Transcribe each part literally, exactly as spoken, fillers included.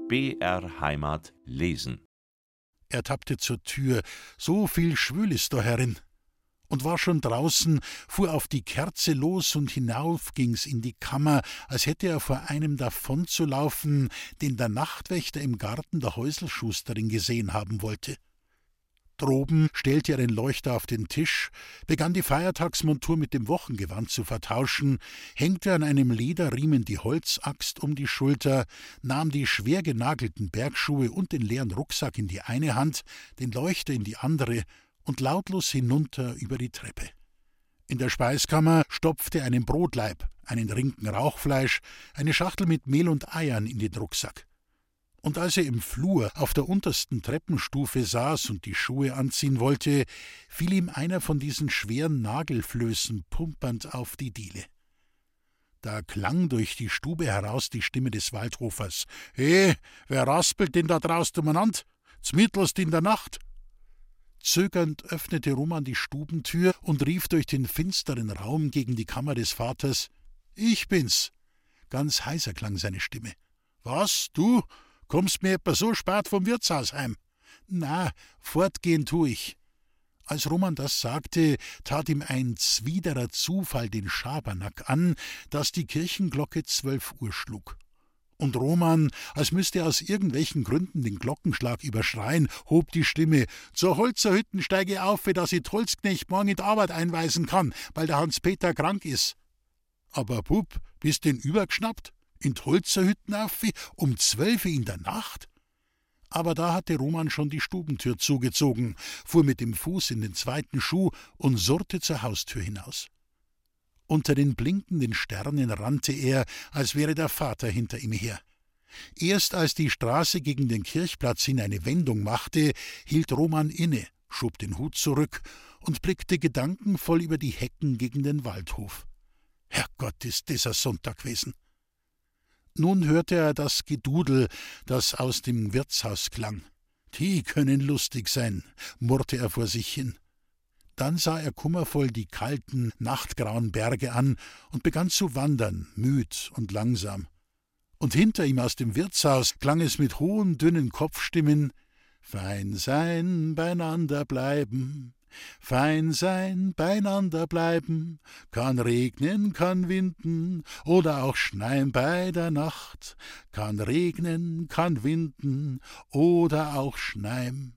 B R Heimat lesen. Er tappte zur Tür, so viel Schwül ist da herin. Und war schon draußen, fuhr auf die Kerze los und hinauf ging's in die Kammer, als hätte er vor einem davonzulaufen, den der Nachtwächter im Garten der Häuselschusterin gesehen haben wollte. Droben stellte er den Leuchter auf den Tisch, begann die Feiertagsmontur mit dem Wochengewand zu vertauschen, hängte an einem Lederriemen die Holzaxt um die Schulter, nahm die schwer genagelten Bergschuhe und den leeren Rucksack in die eine Hand, den Leuchter in die andere und lautlos hinunter über die Treppe. In der Speiskammer stopfte er einen Brotlaib, einen Rinken Rauchfleisch, eine Schachtel mit Mehl und Eiern in den Rucksack. Und als er im Flur auf der untersten Treppenstufe saß und die Schuhe anziehen wollte, fiel ihm einer von diesen schweren Nagelflößen pumpernd auf die Diele. Da klang durch die Stube heraus die Stimme des Waldhofers. »He, wer raspelt denn da draußen umeinander? Zmittelst in der Nacht?« Zögernd öffnete Roman die Stubentür und rief durch den finsteren Raum gegen die Kammer des Vaters: »Ich bin's!« Ganz heiser klang seine Stimme. »Was, du? Kommst mir etwa so spät vom Wirtshaus heim?« »Na, fortgehen tu ich.« Als Roman das sagte, tat ihm ein zwiderer Zufall den Schabernack an, dass die Kirchenglocke zwölf Uhr schlug. Und Roman, als müsste er aus irgendwelchen Gründen den Glockenschlag überschreien, hob die Stimme: »Zur Holzerhütten steige auf, dass ich Holzknecht morgen in die Arbeit einweisen kann, weil der Hans-Peter krank ist.« »Aber Bub, bist denn übergeschnappt? In die Holzerhütten auf, um zwölf in der Nacht?« Aber da hatte Roman schon die Stubentür zugezogen, fuhr mit dem Fuß in den zweiten Schuh und surrte zur Haustür hinaus. Unter den blinkenden Sternen rannte er, als wäre der Vater hinter ihm her. Erst als die Straße gegen den Kirchplatz hin eine Wendung machte, hielt Roman inne, schob den Hut zurück und blickte gedankenvoll über die Hecken gegen den Waldhof. Herrgott, ist das ein Sonntag gewesen! Nun hörte er das Gedudel, das aus dem Wirtshaus klang. »Die können lustig sein«, murrte er vor sich hin. Dann sah er kummervoll die kalten, nachtgrauen Berge an und begann zu wandern, müd und langsam. Und hinter ihm aus dem Wirtshaus klang es mit hohen, dünnen Kopfstimmen: »Fein sein, beieinander bleiben, fein sein, beieinander bleiben, kann regnen, kann winden oder auch schneien bei der Nacht, kann regnen, kann winden oder auch schneien.«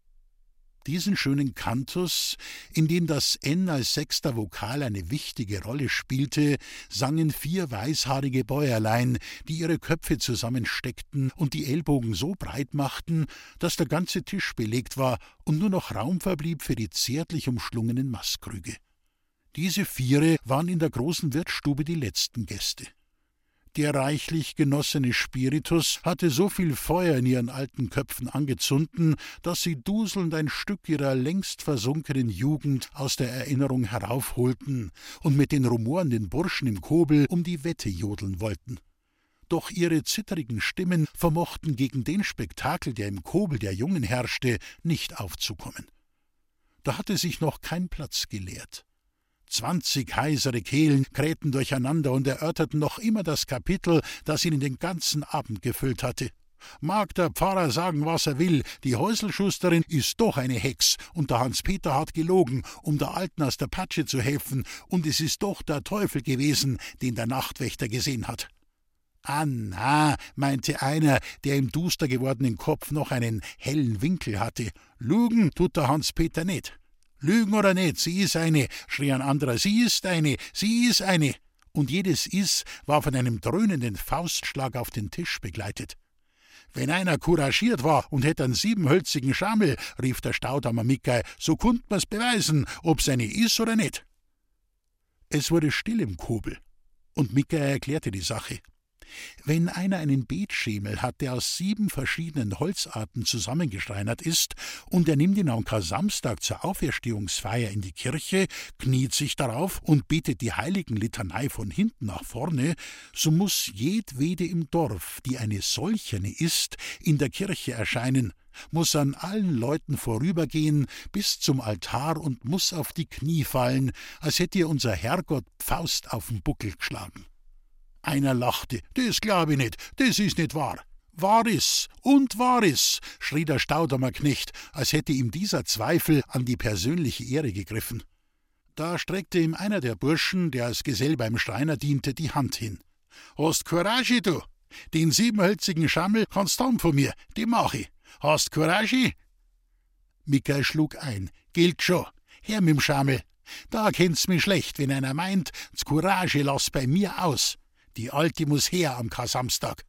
Diesen schönen Kantus, in dem das N als sechster Vokal eine wichtige Rolle spielte, sangen vier weißhaarige Bäuerlein, die ihre Köpfe zusammensteckten und die Ellbogen so breit machten, dass der ganze Tisch belegt war und nur noch Raum verblieb für die zärtlich umschlungenen Maßkrüge. Diese Viere waren in der großen Wirtsstube die letzten Gäste. Der reichlich genossene Spiritus hatte so viel Feuer in ihren alten Köpfen angezündet, dass sie duselnd ein Stück ihrer längst versunkenen Jugend aus der Erinnerung heraufholten und mit den rumorenden Burschen im Kobel um die Wette jodeln wollten. Doch ihre zitterigen Stimmen vermochten gegen den Spektakel, der im Kobel der Jungen herrschte, nicht aufzukommen. Da hatte sich noch kein Platz geleert. Zwanzig heisere Kehlen krähten durcheinander und erörterten noch immer das Kapitel, das ihnen den ganzen Abend gefüllt hatte. Mag der Pfarrer sagen, was er will, die Häuselschusterin ist doch eine Hex, und der Hans-Peter hat gelogen, um der Alten aus der Patsche zu helfen, und es ist doch der Teufel gewesen, den der Nachtwächter gesehen hat. »Ah na«, meinte einer, der im duster gewordenen Kopf noch einen hellen Winkel hatte, »lügen tut der Hans-Peter nicht.« »Lügen oder nicht, sie ist eine«, schrie ein anderer, »sie ist eine, sie ist eine«, und jedes »is« war von einem dröhnenden Faustschlag auf den Tisch begleitet. »Wenn einer couragiert war und hätt einen siebenhölzigen Schamel«, rief der Staudammer Mickey, »so kunnt man's beweisen, ob's eine is oder nicht.« Es wurde still im Kobel, und Mickey erklärte die Sache. Wenn einer einen Betschemel hat, der aus sieben verschiedenen Holzarten zusammengeschreinert ist, und er nimmt ihn am Kar-Samstag zur Auferstehungsfeier in die Kirche, kniet sich darauf und betet die Heiligenlitanei von hinten nach vorne, so muß jedwede im Dorf, die eine solchene ist, in der Kirche erscheinen, muß an allen Leuten vorübergehen bis zum Altar und muß auf die Knie fallen, als hätte ihr unser Herrgott Faust auf den Buckel geschlagen. Einer lachte, »Das glaub ich nicht, das ist nicht wahr.« Wahr is und wahr is, schrie der Staudamerknecht, als hätte ihm dieser Zweifel an die persönliche Ehre gegriffen. Da streckte ihm einer der Burschen, der als Gesell beim Schreiner diente, die Hand hin. »Hast Courage, du? Den siebenhölzigen Schammel kannst haben von mir, den mach ich. Hast Courage?« Michael schlug ein. »Gilt schon. Her mit'm Schammel. Da kennt's mich schlecht, wenn einer meint, das Courage lass bei mir aus. Die Alte muss her am Kar-Samstag.«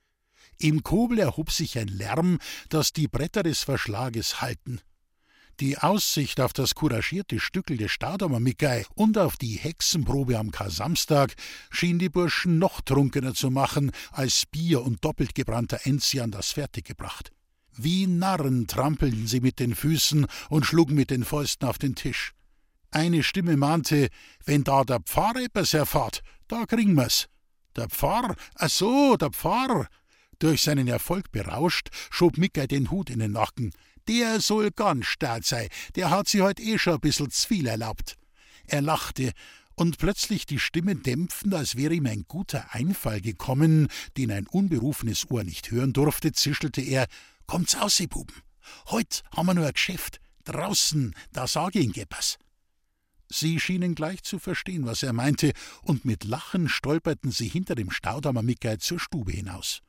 Im Kobel erhob sich ein Lärm, dass die Bretter des Verschlages hallten. Die Aussicht auf das couragierte Stückel des Staudamer Michael und auf die Hexenprobe am Kar-Samstag schien die Burschen noch trunkener zu machen, als Bier und doppelt gebrannter Enzian das fertiggebracht. Wie Narren trampelten sie mit den Füßen und schlugen mit den Fäusten auf den Tisch. Eine Stimme mahnte, wenn da der Pfarrer etwas erfahrt, da kriegen wir's. Der Pfarrer? Ach so, der Pfarrer. Durch seinen Erfolg berauscht, schob Michael den Hut in den Nacken. Der soll ganz stark sein, der hat sich heut eh schon ein bissl z'viel erlaubt. Er lachte, und plötzlich die Stimme dämpfend, als wäre ihm ein guter Einfall gekommen, den ein unberufenes Ohr nicht hören durfte, zischelte er, »Kommt's aus, ihr Buben. Heut haben wir nur ein Geschäft. Draußen, da sag ich Ihnen etwas.« Sie schienen gleich zu verstehen, was er meinte, und mit Lachen stolperten sie hinter dem Staudamer Michael zur Stube hinaus.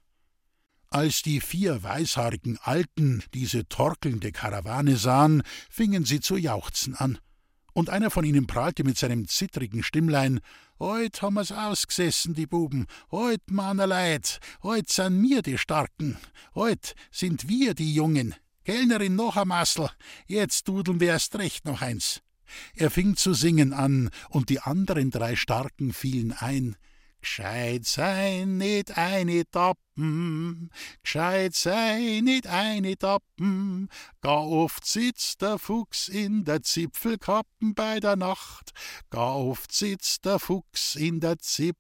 Als die vier weißhaarigen Alten diese torkelnde Karawane sahen, fingen sie zu jauchzen an. Und einer von ihnen prahlte mit seinem zittrigen Stimmlein, »Heut haben wir's ausgesessen, die Buben, heut, Mannerleid, heut sind wir die Starken, heut sind wir die Jungen. Kellnerin noch ein Massel, jetzt dudeln wir erst recht noch eins.« Er fing zu singen an, und die anderen drei Starken fielen ein. Gescheit sein, nicht eine Tappen, gescheit sein, nicht eine Tappen, gar oft sitzt der Fuchs in der Zipfelkappen bei der Nacht, gar oft sitzt der Fuchs in der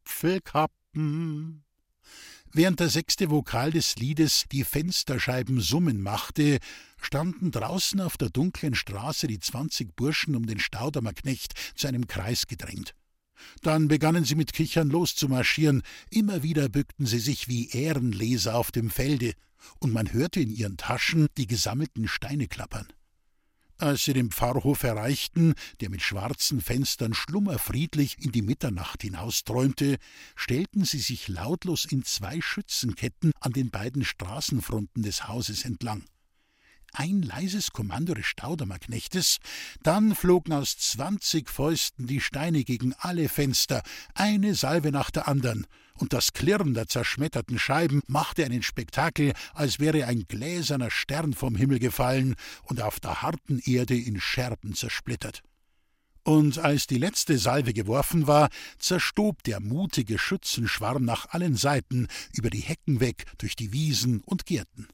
Zipfelkappen. Während der sechste Vokal des Liedes die Fensterscheiben summen machte, standen draußen auf der dunklen Straße die zwanzig Burschen um den Staudamerknecht zu einem Kreis gedrängt. Dann begannen sie mit Kichern loszumarschieren, immer wieder bückten sie sich wie Ährenleser auf dem Felde, und man hörte in ihren Taschen die gesammelten Steine klappern. Als sie den Pfarrhof erreichten, der mit schwarzen Fenstern schlummerfriedlich in die Mitternacht hinausträumte, stellten sie sich lautlos in zwei Schützenketten an den beiden Straßenfronten des Hauses entlang. Ein leises Kommando des Staudamerknechtes, dann flogen aus zwanzig Fäusten die Steine gegen alle Fenster, eine Salve nach der andern, und das Klirren der zerschmetterten Scheiben machte einen Spektakel, als wäre ein gläserner Stern vom Himmel gefallen und auf der harten Erde in Scherben zersplittert. Und als die letzte Salve geworfen war, zerstob der mutige Schützenschwarm nach allen Seiten, über die Hecken weg, durch die Wiesen und Gärten.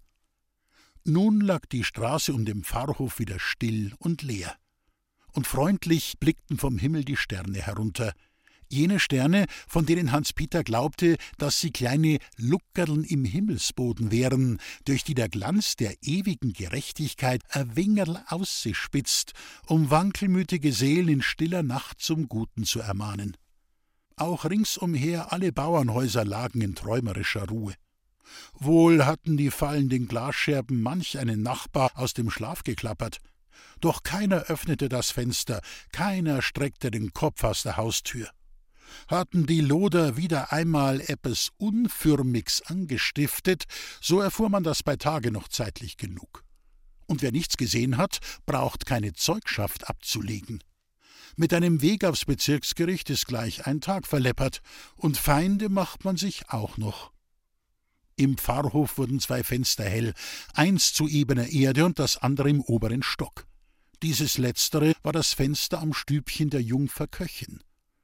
Nun lag die Straße um den Pfarrhof wieder still und leer. Und freundlich blickten vom Himmel die Sterne herunter. Jene Sterne, von denen Hans-Peter glaubte, dass sie kleine Luckerln im Himmelsboden wären, durch die der Glanz der ewigen Gerechtigkeit ein Wingerl ausspitzt, um wankelmütige Seelen in stiller Nacht zum Guten zu ermahnen. Auch ringsumher alle Bauernhäuser lagen in träumerischer Ruhe. Wohl hatten die fallenden Glasscherben manch einen Nachbar aus dem Schlaf geklappert, doch keiner öffnete das Fenster, keiner streckte den Kopf aus der Haustür. Hatten die Loder wieder einmal etwas Unförmiges angestiftet, so erfuhr man das bei Tage noch zeitlich genug. Und wer nichts gesehen hat, braucht keine Zeugschaft abzulegen. Mit einem Weg aufs Bezirksgericht ist gleich ein Tag verleppert, und Feinde macht man sich auch noch. Im Pfarrhof wurden zwei Fenster hell, eins zu ebener Erde und das andere im oberen Stock. Dieses letztere war das Fenster am Stübchen der Jungfer Köchin.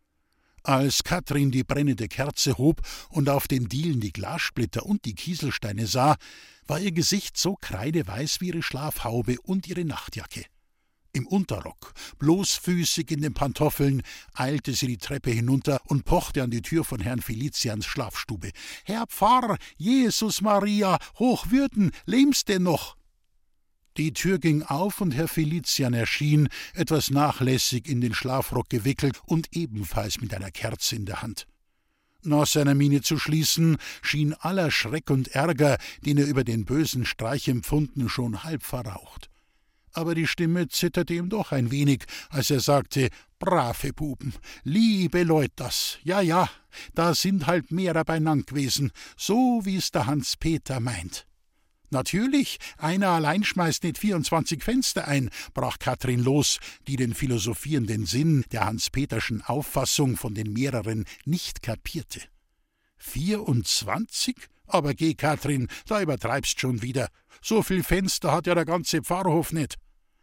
Als Katrin die brennende Kerze hob und auf den Dielen die Glassplitter und die Kieselsteine sah, war ihr Gesicht so kreideweiß wie ihre Schlafhaube und ihre Nachtjacke. Im Unterrock, bloßfüßig in den Pantoffeln, eilte sie die Treppe hinunter und pochte an die Tür von Herrn Felicians Schlafstube. »Herr Pfarr, Jesus Maria, Hochwürden, lebst denn noch?« Die Tür ging auf und Herr Felician erschien, etwas nachlässig in den Schlafrock gewickelt und ebenfalls mit einer Kerze in der Hand. Nach seiner Miene zu schließen, schien aller Schreck und Ärger, den er über den bösen Streich empfunden, schon halb verraucht. Aber die Stimme zitterte ihm doch ein wenig, als er sagte: »Brave Buben, liebe Leut das, ja, ja, da sind halt mehrer beinand gewesen, so wie's der Hans-Peter meint.« »Natürlich, einer allein schmeißt nicht vierundzwanzig Fenster ein«, brach Kathrin los, die den philosophierenden Sinn der Hans-Peterschen Auffassung von den mehreren nicht kapierte. »Vierundzwanzig? Aber geh, Kathrin, da übertreibst schon wieder. So viel Fenster hat ja der ganze Pfarrhof nicht.«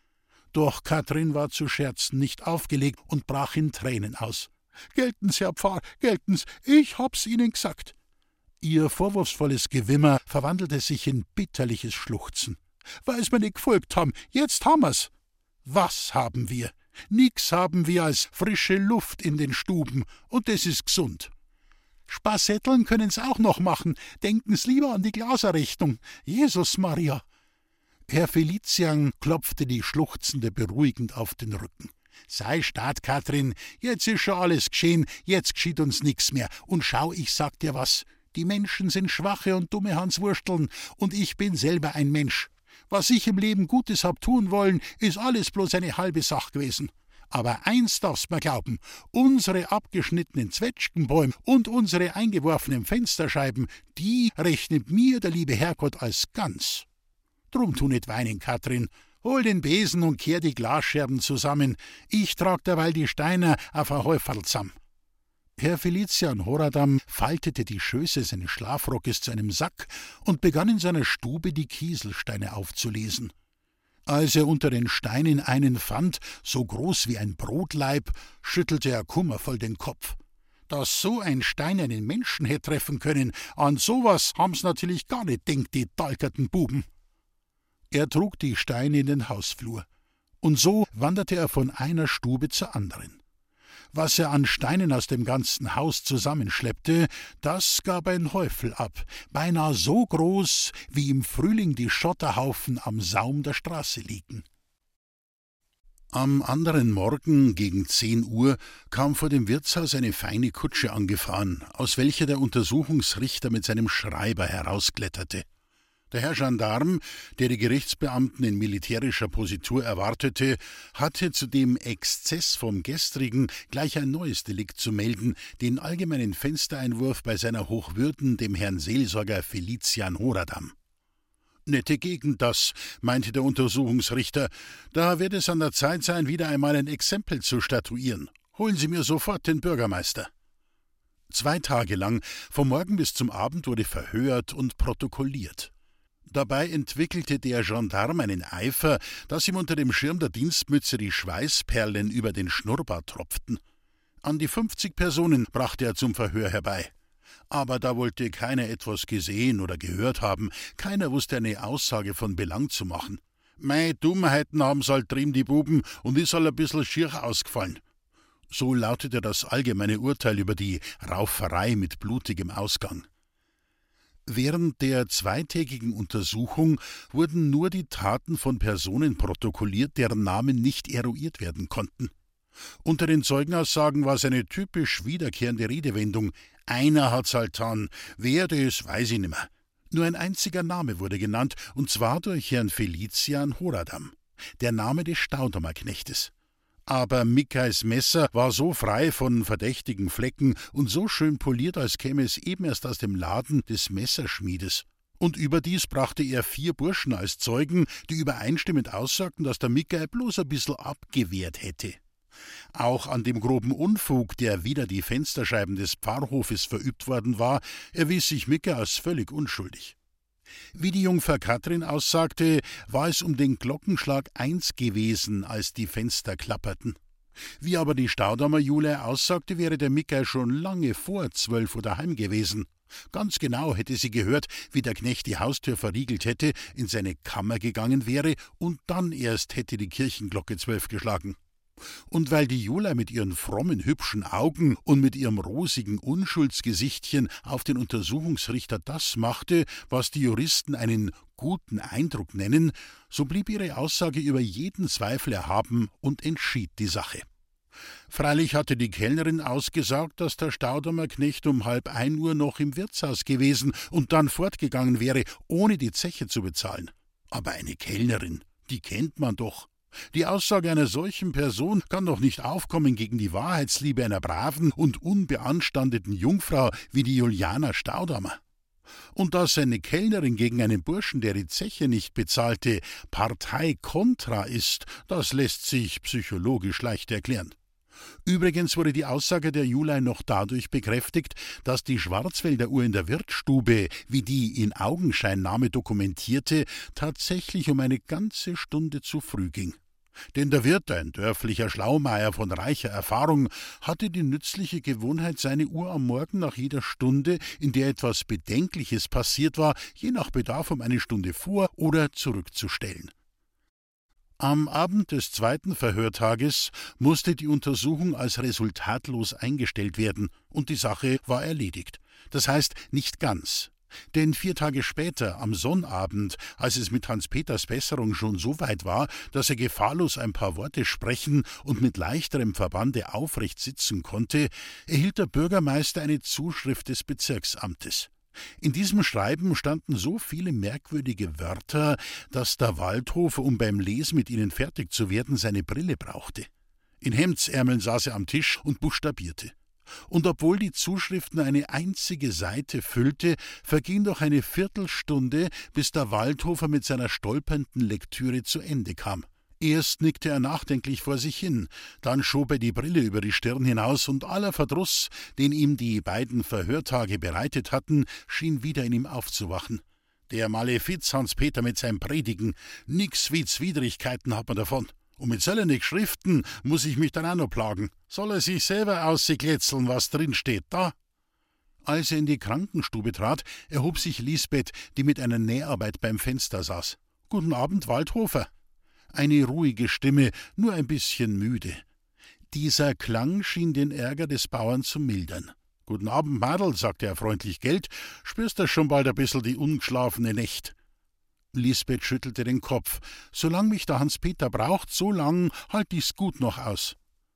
Doch Kathrin war zu Scherzen nicht aufgelegt und brach in Tränen aus. »Gelten's, Herr Pfarr, gelten's, ich hab's Ihnen gesagt.« Ihr vorwurfsvolles Gewimmer verwandelte sich in bitterliches Schluchzen. »Weil's mir nicht gefolgt haben, jetzt haben wir's.« »Was haben wir? Nix haben wir als frische Luft in den Stuben, und das ist gesund. Spassetteln können's auch noch machen, denken's lieber an die Glaserrechnung. Jesus Maria!« Herr Felician klopfte die Schluchzende beruhigend auf den Rücken. »Sei stark, Kathrin, jetzt ist schon alles geschehen, jetzt geschieht uns nix mehr. Und schau, ich sag dir was. Die Menschen sind schwache und dumme Hanswursteln, und ich bin selber ein Mensch. Was ich im Leben Gutes hab tun wollen, ist alles bloß eine halbe Sache gewesen. Aber eins darfst mir glauben, unsere abgeschnittenen Zwetschgenbäume und unsere eingeworfenen Fensterscheiben, die rechnet mir der liebe Herrgott als ganz. Drum tu nicht weinen, Kathrin. Hol den Besen und kehr die Glasscherben zusammen. Ich trag derweil die Steiner auf ein Häuferl zusammen.« Herr Felician Horadam faltete die Schöße seines Schlafrockes zu einem Sack und begann in seiner Stube die Kieselsteine aufzulesen. Als er unter den Steinen einen fand, so groß wie ein Brotlaib, schüttelte er kummervoll den Kopf. Dass so ein Stein einen Menschen hätte treffen können, an sowas haben's natürlich gar nicht denkt, die dalkerten Buben. Er trug die Steine in den Hausflur, und so wanderte er von einer Stube zur anderen. Was er an Steinen aus dem ganzen Haus zusammenschleppte, das gab ein Häufel ab, beinahe so groß, wie im Frühling die Schotterhaufen am Saum der Straße liegen. Am anderen Morgen gegen zehn Uhr kam vor dem Wirtshaus eine feine Kutsche angefahren, aus welcher der Untersuchungsrichter mit seinem Schreiber herauskletterte. Der Herr Gendarm, der die Gerichtsbeamten in militärischer Positur erwartete, hatte zu dem Exzess vom gestrigen gleich ein neues Delikt zu melden, den allgemeinen Fenstereinwurf bei seiner Hochwürden, dem Herrn Seelsorger Felician Horadam. »Nette Gegend das«, meinte der Untersuchungsrichter, »da wird es an der Zeit sein, wieder einmal ein Exempel zu statuieren. Holen Sie mir sofort den Bürgermeister.« Zwei Tage lang, vom Morgen bis zum Abend, wurde verhört und protokolliert. Dabei entwickelte der Gendarm einen Eifer, dass ihm unter dem Schirm der Dienstmütze die Schweißperlen über den Schnurrbart tropften. An die fünfzig Personen brachte er zum Verhör herbei. Aber da wollte keiner etwas gesehen oder gehört haben, keiner wusste eine Aussage von Belang zu machen. »Mei, Dummheiten haben's halt drin, die Buben, und ist halt ein bissl schier ausgefallen.« So lautete das allgemeine Urteil über die Rauferei mit blutigem Ausgang. Während der zweitägigen Untersuchung wurden nur die Taten von Personen protokolliert, deren Namen nicht eruiert werden konnten. Unter den Zeugenaussagen war es eine typisch wiederkehrende Redewendung: »Einer hat's halt getan, wer das, weiß ich nimmer.« Nur ein einziger Name wurde genannt, und zwar durch Herrn Felician Horadam, der Name des Staudamer-Knechtes. Aber Mickeis Messer war so frei von verdächtigen Flecken und so schön poliert, als käme es eben erst aus dem Laden des Messerschmiedes. Und überdies brachte er vier Burschen als Zeugen, die übereinstimmend aussagten, dass der Mickey bloß ein bissl abgewehrt hätte. Auch an dem groben Unfug, der wider die Fensterscheiben des Pfarrhofes verübt worden war, erwies sich Mickey als völlig unschuldig. Wie die Jungfer Kathrin aussagte, war es um den Glockenschlag eins gewesen, als die Fenster klapperten. Wie aber die Staudamer Jule aussagte, wäre der Mickey schon lange vor zwölf Uhr daheim gewesen. Ganz genau hätte sie gehört, wie der Knecht die Haustür verriegelt hätte, in seine Kammer gegangen wäre, und dann erst hätte die Kirchenglocke zwölf geschlagen. Und weil die Jula mit ihren frommen, hübschen Augen und mit ihrem rosigen Unschuldsgesichtchen auf den Untersuchungsrichter das machte, was die Juristen einen guten Eindruck nennen, so blieb ihre Aussage über jeden Zweifel erhaben und entschied die Sache. Freilich hatte die Kellnerin ausgesagt, dass der Staudamer Knecht um halb ein Uhr noch im Wirtshaus gewesen und dann fortgegangen wäre, ohne die Zeche zu bezahlen. Aber eine Kellnerin, die kennt man doch. Die Aussage einer solchen Person kann doch nicht aufkommen gegen die Wahrheitsliebe einer braven und unbeanstandeten Jungfrau wie die Juliana Staudamer. Und dass eine Kellnerin gegen einen Burschen, der die Zeche nicht bezahlte, Partei kontra ist, das lässt sich psychologisch leicht erklären. Übrigens wurde die Aussage der Julei noch dadurch bekräftigt, dass die Schwarzwälder Uhr in der Wirtsstube, wie die in Augenscheinnahme dokumentierte, tatsächlich um eine ganze Stunde zu früh ging. Denn der Wirt, ein dörflicher Schlaumeier von reicher Erfahrung, hatte die nützliche Gewohnheit, seine Uhr am Morgen nach jeder Stunde, in der etwas Bedenkliches passiert war, je nach Bedarf um eine Stunde vor- oder zurückzustellen. Am Abend des zweiten Verhörtages musste die Untersuchung als resultatlos eingestellt werden, und die Sache war erledigt. Das heißt, nicht ganz. Denn vier Tage später, am Sonnabend, als es mit Hans-Peters Besserung schon so weit war, dass er gefahrlos ein paar Worte sprechen und mit leichterem Verbande aufrecht sitzen konnte, erhielt der Bürgermeister eine Zuschrift des Bezirksamtes. In diesem Schreiben standen so viele merkwürdige Wörter, dass der Waldhofer, um beim Lesen mit ihnen fertig zu werden, seine Brille brauchte. In Hemdsärmeln saß er am Tisch und buchstabierte. Und obwohl die Zuschriften eine einzige Seite füllte, verging doch eine Viertelstunde, bis der Waldhofer mit seiner stolpernden Lektüre zu Ende kam. Erst nickte er nachdenklich vor sich hin, dann schob er die Brille über die Stirn hinaus, und aller Verdruss, den ihm die beiden Verhörtage bereitet hatten, schien wieder in ihm aufzuwachen. Der Malefiz Hans-Peter mit seinem Predigen, nix wie Zwidrigkeiten hat man davon. Und mit solchen Schriften muss ich mich dann auch noch plagen. Soll er sich selber ausgekletzeln, was drin steht, da? Als er in die Krankenstube trat, erhob sich Lisbeth, die mit einer Näharbeit beim Fenster saß. »Guten Abend, Waldhofer.« Eine ruhige Stimme, nur ein bisschen müde. Dieser Klang schien den Ärger des Bauern zu mildern. »Guten Abend, Madel«, sagte er freundlich, »Geld? Spürst du schon bald ein bissl die ungeschlafene Nächt?« Lisbeth schüttelte den Kopf. »Solang mich der Hans-Peter braucht, so lang halt ich's gut noch aus.«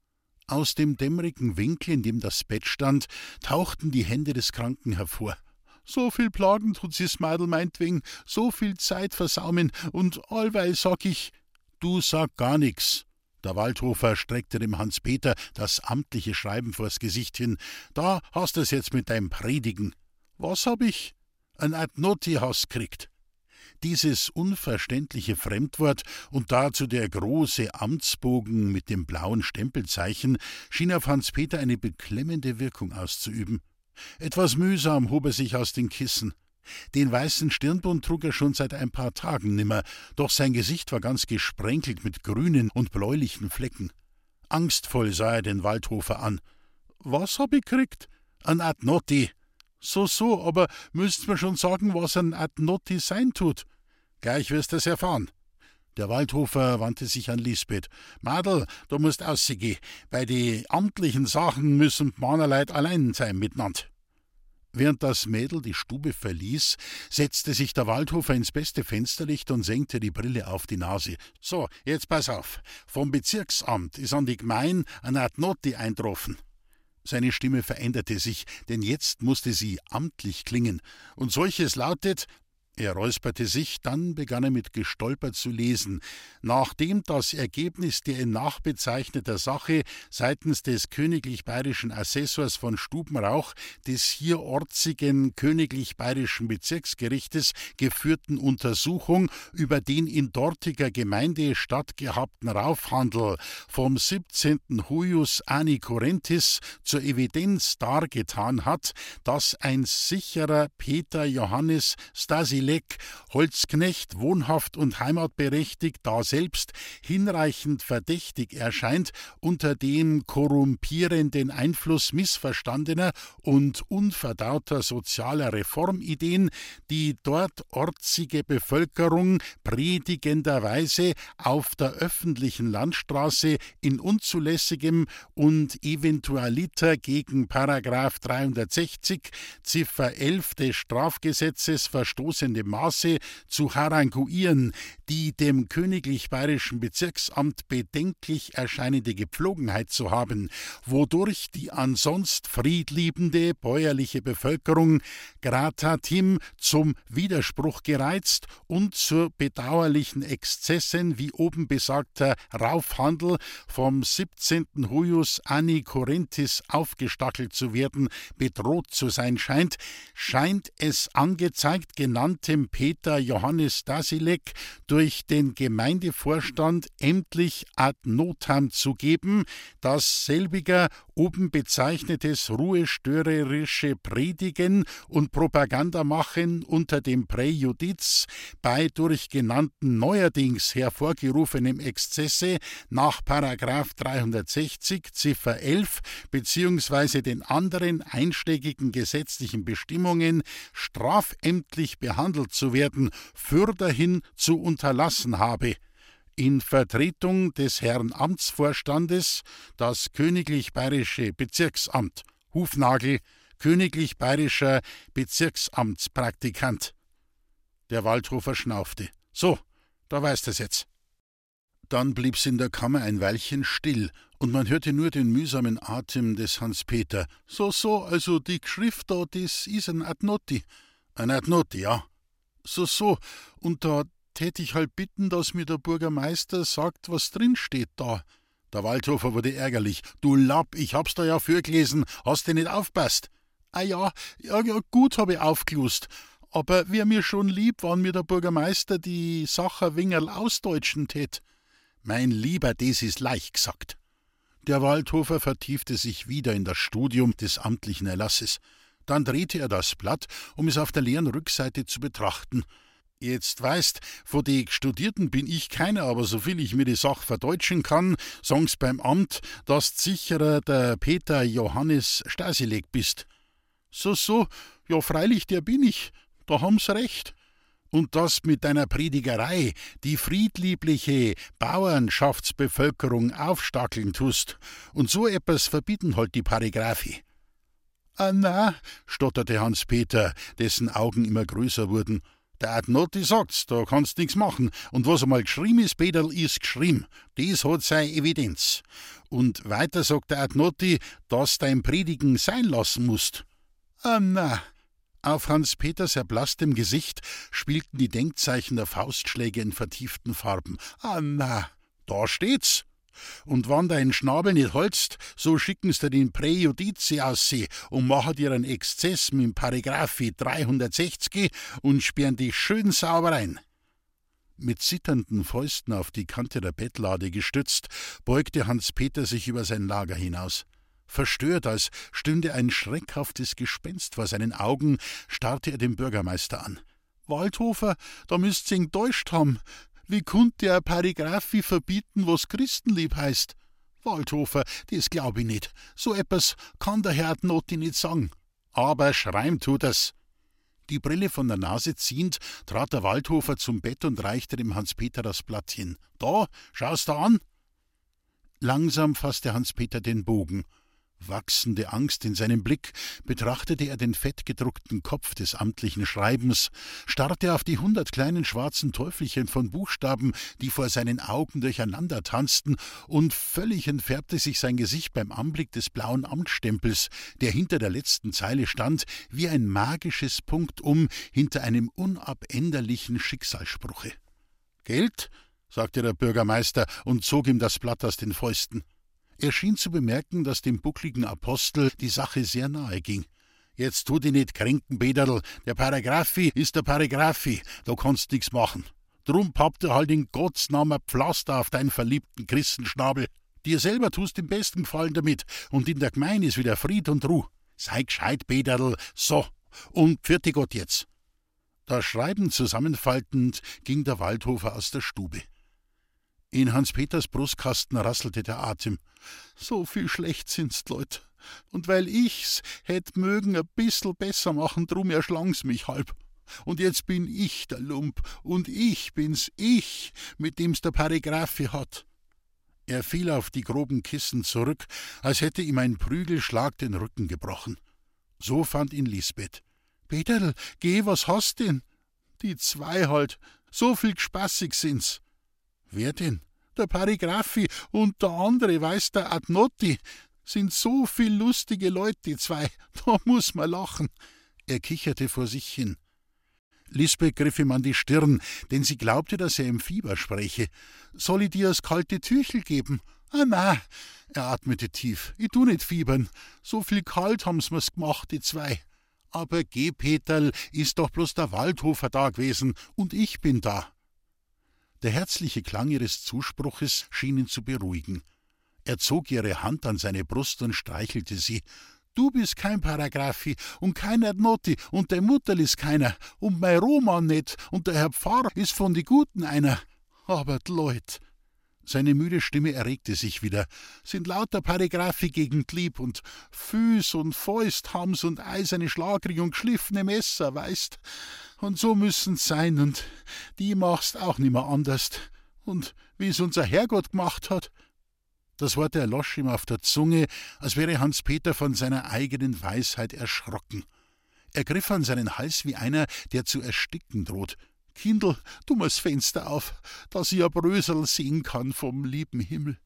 Aus dem dämmerigen Winkel, in dem das Bett stand, tauchten die Hände des Kranken hervor. »So viel plagen tut sie's, Madel, meinetwegen, so viel Zeit versaumen, und allweil sag ich, du sag gar nix.« Der Waldhofer streckte dem Hans-Peter das amtliche Schreiben vors Gesicht hin. »Da hast du's jetzt mit deinem Predigen.« »Was hab ich?« »Ein Adnoti hast kriegt.« Dieses unverständliche Fremdwort und dazu der große Amtsbogen mit dem blauen Stempelzeichen schien auf Hans-Peter eine beklemmende Wirkung auszuüben. Etwas mühsam hob er sich aus den Kissen. Den weißen Stirnbund trug er schon seit ein paar Tagen nimmer, doch sein Gesicht war ganz gesprenkelt mit grünen und bläulichen Flecken. Angstvoll sah er den Waldhofer an. »Was hab ich kriegt?« »An Adnoti.« »So, so, aber müsst's mir schon sagen, was ein Adnoti sein tut?« »Gleich wirst du's erfahren.« Der Waldhofer wandte sich an Lisbeth. »Madel, du musst aussehen. Bei die amtlichen Sachen müssen Mannerleut allein sein miteinander.« Während das Mädel die Stube verließ, setzte sich der Waldhofer ins beste Fensterlicht und senkte die Brille auf die Nase. »So, jetzt pass auf. Vom Bezirksamt ist an die Gemein ein Adnoti eintroffen.« Seine Stimme veränderte sich, denn jetzt musste sie amtlich klingen. »Und solches lautet«, er räusperte sich, dann begann er mit Gestolper zu lesen. »Nachdem das Ergebnis der in nachbezeichneter Sache seitens des königlich bayerischen Assessors von Stubenrauch des hier ortsigen königlich bayerischen Bezirksgerichtes geführten Untersuchung über den in dortiger Gemeinde stattgehabten Raufhandel vom siebzehnten Huius Anni Corentis zur Evidenz dargetan hat, dass ein sicherer Peter Johannes Stasilek, Holzknecht, wohnhaft und heimatberechtigt, daselbst hinreichend verdächtig erscheint, unter dem korrumpierenden Einfluss missverstandener und unverdauter sozialer Reformideen die dort ortsige Bevölkerung predigenderweise auf der öffentlichen Landstraße in unzulässigem und eventualiter gegen Paragraph dreihundertsechzig Ziffer elf des Strafgesetzes verstoßenden überraschendem Maße zu haranguieren, die dem königlich bayerischen Bezirksamt bedenklich erscheinende Gepflogenheit zu haben, wodurch die ansonst friedliebende bäuerliche Bevölkerung gratatim zum Widerspruch gereizt und zu bedauerlichen Exzessen wie oben besagter Raufhandel vom siebzehnten Huius Anni Corinthis aufgestackelt zu werden, bedroht zu sein scheint, scheint es angezeigt, genanntem Peter Johannes Stasilek durch den Gemeindevorstand ämtlich ad notam zu geben, dass selbiger oben bezeichnetes ruhestörerische Predigen und Propagandamachen unter dem Präjudiz bei durch genannten neuerdings hervorgerufenem Exzesse nach Paragraph dreihundertsechzig Ziffer elf beziehungsweise den anderen einschlägigen gesetzlichen Bestimmungen strafämtlich behandelt zu werden, fürderhin zu unterlassen habe. In Vertretung des Herrn Amtsvorstandes das Königlich Bayerische Bezirksamt, Hufnagel, Königlich Bayerischer Bezirksamtspraktikant. Der Waldhofer schnaufte. So, da weißt du's jetzt. Dann blieb's in der Kammer ein Weilchen still, und man hörte nur den mühsamen Atem des Hans-Peter. So, so, also die Schrift da, das is ein Adnotti. Ein Adnotti, ja. So, so, und da tät ich halt bitten, dass mir der Bürgermeister sagt, was drin steht da. Der Waldhofer wurde ärgerlich. Du Lapp, ich hab's da ja vorgelesen, hast du nicht aufpasst? Ah ja, ja, ja gut hab ich aufgelust. Aber wär mir schon lieb, wann mir der Bürgermeister die Sache ein wenig ausdeutschen tät. Mein Lieber, das ist leicht gesagt. Der Waldhofer vertiefte sich wieder in das Studium des amtlichen Erlasses. Dann drehte er das Blatt, um es auf der leeren Rückseite zu betrachten. Jetzt weißt, von den Studierten bin ich keiner, aber soviel ich mir die Sache verdeutschen kann, sagen's beim Amt, dass du sicherer der Peter Johannes Stasilek bist. So, so, ja freilich, der bin ich, da haben's recht. Und dass mit deiner Predigerei die friedliebliche Bauernschaftsbevölkerung aufstackeln tust, und so etwas verbieten halt die Paragraphi. Ah na, stotterte Hans-Peter, dessen Augen immer größer wurden. Der Adnotti sagt's, da kannst nix machen. Und was einmal geschrieben ist, Peterl, ist geschrieben. Das hat seine Evidenz. Und weiter sagt der Adnotti, dass dein Predigen sein lassen musst. Ah na. Auf Hans-Peters erblasstem Gesicht spielten die Denkzeichen der Faustschläge in vertieften Farben. Ah na, da steht's. Und wann dein Schnabel nicht holst, so schicken's dir den Präjudizi ausseh und machen dir einen Exzess mit dem Paragraphi dreihundertsechzig und sperren dich schön sauber rein. Mit zitternden Fäusten auf die Kante der Bettlade gestützt, beugte Hans-Peter sich über sein Lager hinaus. Verstört, als stünde ein schreckhaftes Gespenst vor seinen Augen, starrte er den Bürgermeister an. »Waldhofer, da müsst's ihn täuscht haben. Wie konnt der Paragraphi verbieten, was Christenlieb heißt? Waldhofer, das glaub ich nicht. So etwas kann der Herr Adnotti nicht sagen. Aber schreiben tut er's.« Die Brille von der Nase ziehend, trat der Waldhofer zum Bett und reichte dem Hans-Peter das Blatt hin. »Da, schau's da an!« Langsam fasste Hans-Peter den Bogen. Wachsende Angst in seinem Blick betrachtete er den fettgedruckten Kopf des amtlichen Schreibens, starrte auf die hundert kleinen schwarzen Teufelchen von Buchstaben, die vor seinen Augen durcheinander tanzten, und völlig entfärbte sich sein Gesicht beim Anblick des blauen Amtsstempels, der hinter der letzten Zeile stand, wie ein magisches Punktum hinter einem unabänderlichen Schicksalsspruche. »Gelt?« sagte der Bürgermeister und zog ihm das Blatt aus den Fäusten. Er schien zu bemerken, dass dem buckligen Apostel die Sache sehr nahe ging. »Jetzt tu dich nicht kränken, Peterl, der Paragraphi ist der Paragraphi, da kannst nix machen. Drum pappt er halt in Gottes Namen Pflaster auf deinen verliebten Christenschnabel. Dir selber tust den besten Gefallen damit, und in der Gemeinde ist wieder Fried und Ruh. Sei gescheit, Peterl, so, und pfiat Gott jetzt.« Das Schreiben zusammenfaltend ging der Waldhofer aus der Stube. In Hans-Peters Brustkasten rasselte der Atem. »So viel Schlechtsinns, Leut. Und weil ich's hätt mögen a bissl besser machen, drum erschlang's mich halb. Und jetzt bin ich der Lump, und ich bin's, ich, mit dem's der Paragraphi hat.« Er fiel auf die groben Kissen zurück, als hätte ihm ein Prügelschlag den Rücken gebrochen. So fand ihn Lisbeth. »Peterl, geh, was hast denn?« Die zwei halt, so viel spaßig sind's. Wer denn? Der Parigraphi und der andere, weiß der Adnotti. Sind so viel lustige Leute, die zwei. Da muß man lachen. Er kicherte vor sich hin. Lisbeth griff ihm an die Stirn, denn sie glaubte, dass er im Fieber spräche. »Soll ich dir das kalte Tüchel geben?« »Ah, na«, er atmete tief, »ich tu nicht fiebern. So viel kalt haben's mir's gemacht, die zwei. Aber geh, Peterl, ist doch bloß der Waldhofer da gewesen und ich bin da.« Der herzliche Klang ihres Zuspruches schien ihn zu beruhigen. Er zog ihre Hand an seine Brust und streichelte sie. »Du bist kein Paragraphi und kein Adnotti und dein Mutterl ist keiner und mein Roman nicht und der Herr Pfarrer ist von die Guten einer. Aber d'Leut«, seine müde Stimme erregte sich wieder, »sind lauter Paragraphi gegen d'Lieb und Füß und Fäust haben's und eiserne Schlagring und geschliffene Messer, weißt. Und so müssen's sein und die machst auch nimmer anders. Und wie's unser Herrgott gemacht hat.« Das Wort erlosch ihm auf der Zunge, als wäre Hans-Peter von seiner eigenen Weisheit erschrocken. Er griff an seinen Hals wie einer, der zu ersticken droht. »Kindl, tu mir's Fenster auf, dass ich a Brösel sehen kann vom lieben Himmel.«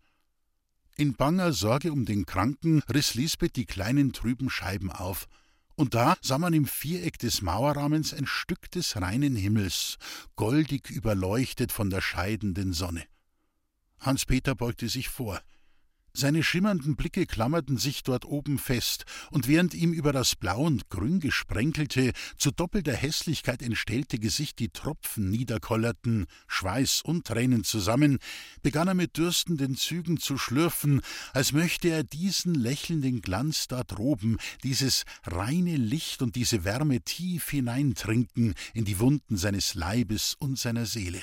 In banger Sorge um den Kranken riss Lisbeth die kleinen trüben Scheiben auf. Und da sah man im Viereck des Mauerrahmens ein Stück des reinen Himmels, goldig überleuchtet von der scheidenden Sonne. Hans-Peter beugte sich vor. Seine schimmernden Blicke klammerten sich dort oben fest, und während ihm über das blau und grün gesprenkelte, zu doppelter Hässlichkeit entstellte Gesicht die Tropfen niederkollerten, Schweiß und Tränen zusammen, begann er mit dürstenden Zügen zu schlürfen, als möchte er diesen lächelnden Glanz da droben, dieses reine Licht und diese Wärme tief hineintrinken in die Wunden seines Leibes und seiner Seele.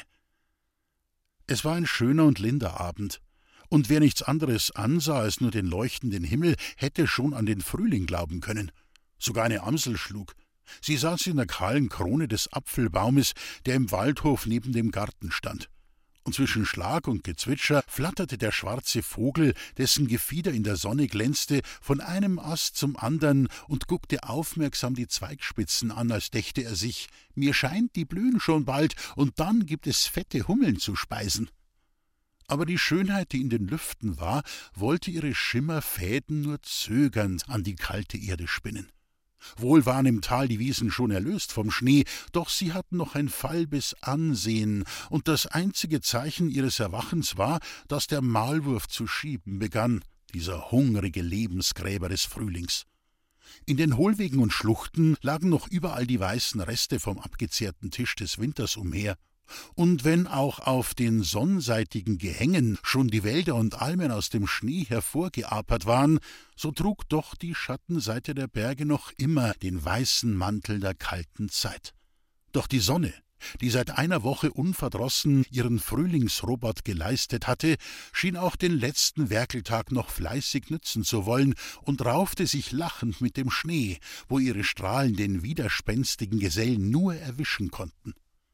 Es war ein schöner und linder Abend. Und wer nichts anderes ansah als nur den leuchtenden Himmel, hätte schon an den Frühling glauben können. Sogar eine Amsel schlug. Sie saß in der kahlen Krone des Apfelbaumes, der im Waldhof neben dem Garten stand. Und zwischen Schlag und Gezwitscher flatterte der schwarze Vogel, dessen Gefieder in der Sonne glänzte, von einem Ast zum andern und guckte aufmerksam die Zweigspitzen an, als dächte er sich, mir scheint, die blühen schon bald, und dann gibt es fette Hummeln zu speisen. Aber die Schönheit, die in den Lüften war, wollte ihre Schimmerfäden nur zögernd an die kalte Erde spinnen. Wohl waren im Tal die Wiesen schon erlöst vom Schnee, doch sie hatten noch ein falbes Ansehen, und das einzige Zeichen ihres Erwachens war, dass der Maulwurf zu schieben begann, dieser hungrige Lebensgräber des Frühlings. In den Hohlwegen und Schluchten lagen noch überall die weißen Reste vom abgezehrten Tisch des Winters umher. Und wenn auch auf den sonnseitigen Gehängen schon die Wälder und Almen aus dem Schnee hervorgeapert waren, so trug doch die Schattenseite der Berge noch immer den weißen Mantel der kalten Zeit. Doch die Sonne, die seit einer Woche unverdrossen ihren Frühlingsrobot geleistet hatte, schien auch den letzten Werkeltag noch fleißig nützen zu wollen und raufte sich lachend mit dem Schnee, wo ihre Strahlen den widerspenstigen Gesellen nur erwischen konnten.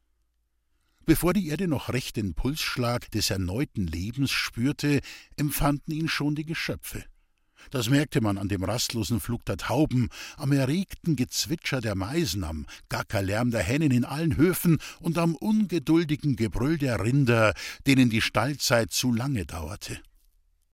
Bevor die Erde noch recht den Pulsschlag des erneuten Lebens spürte, empfanden ihn schon die Geschöpfe. Das merkte man an dem rastlosen Flug der Tauben, am erregten Gezwitscher der Meisen, am Gackerlärm der Hennen in allen Höfen und am ungeduldigen Gebrüll der Rinder, denen die Stallzeit zu lange dauerte.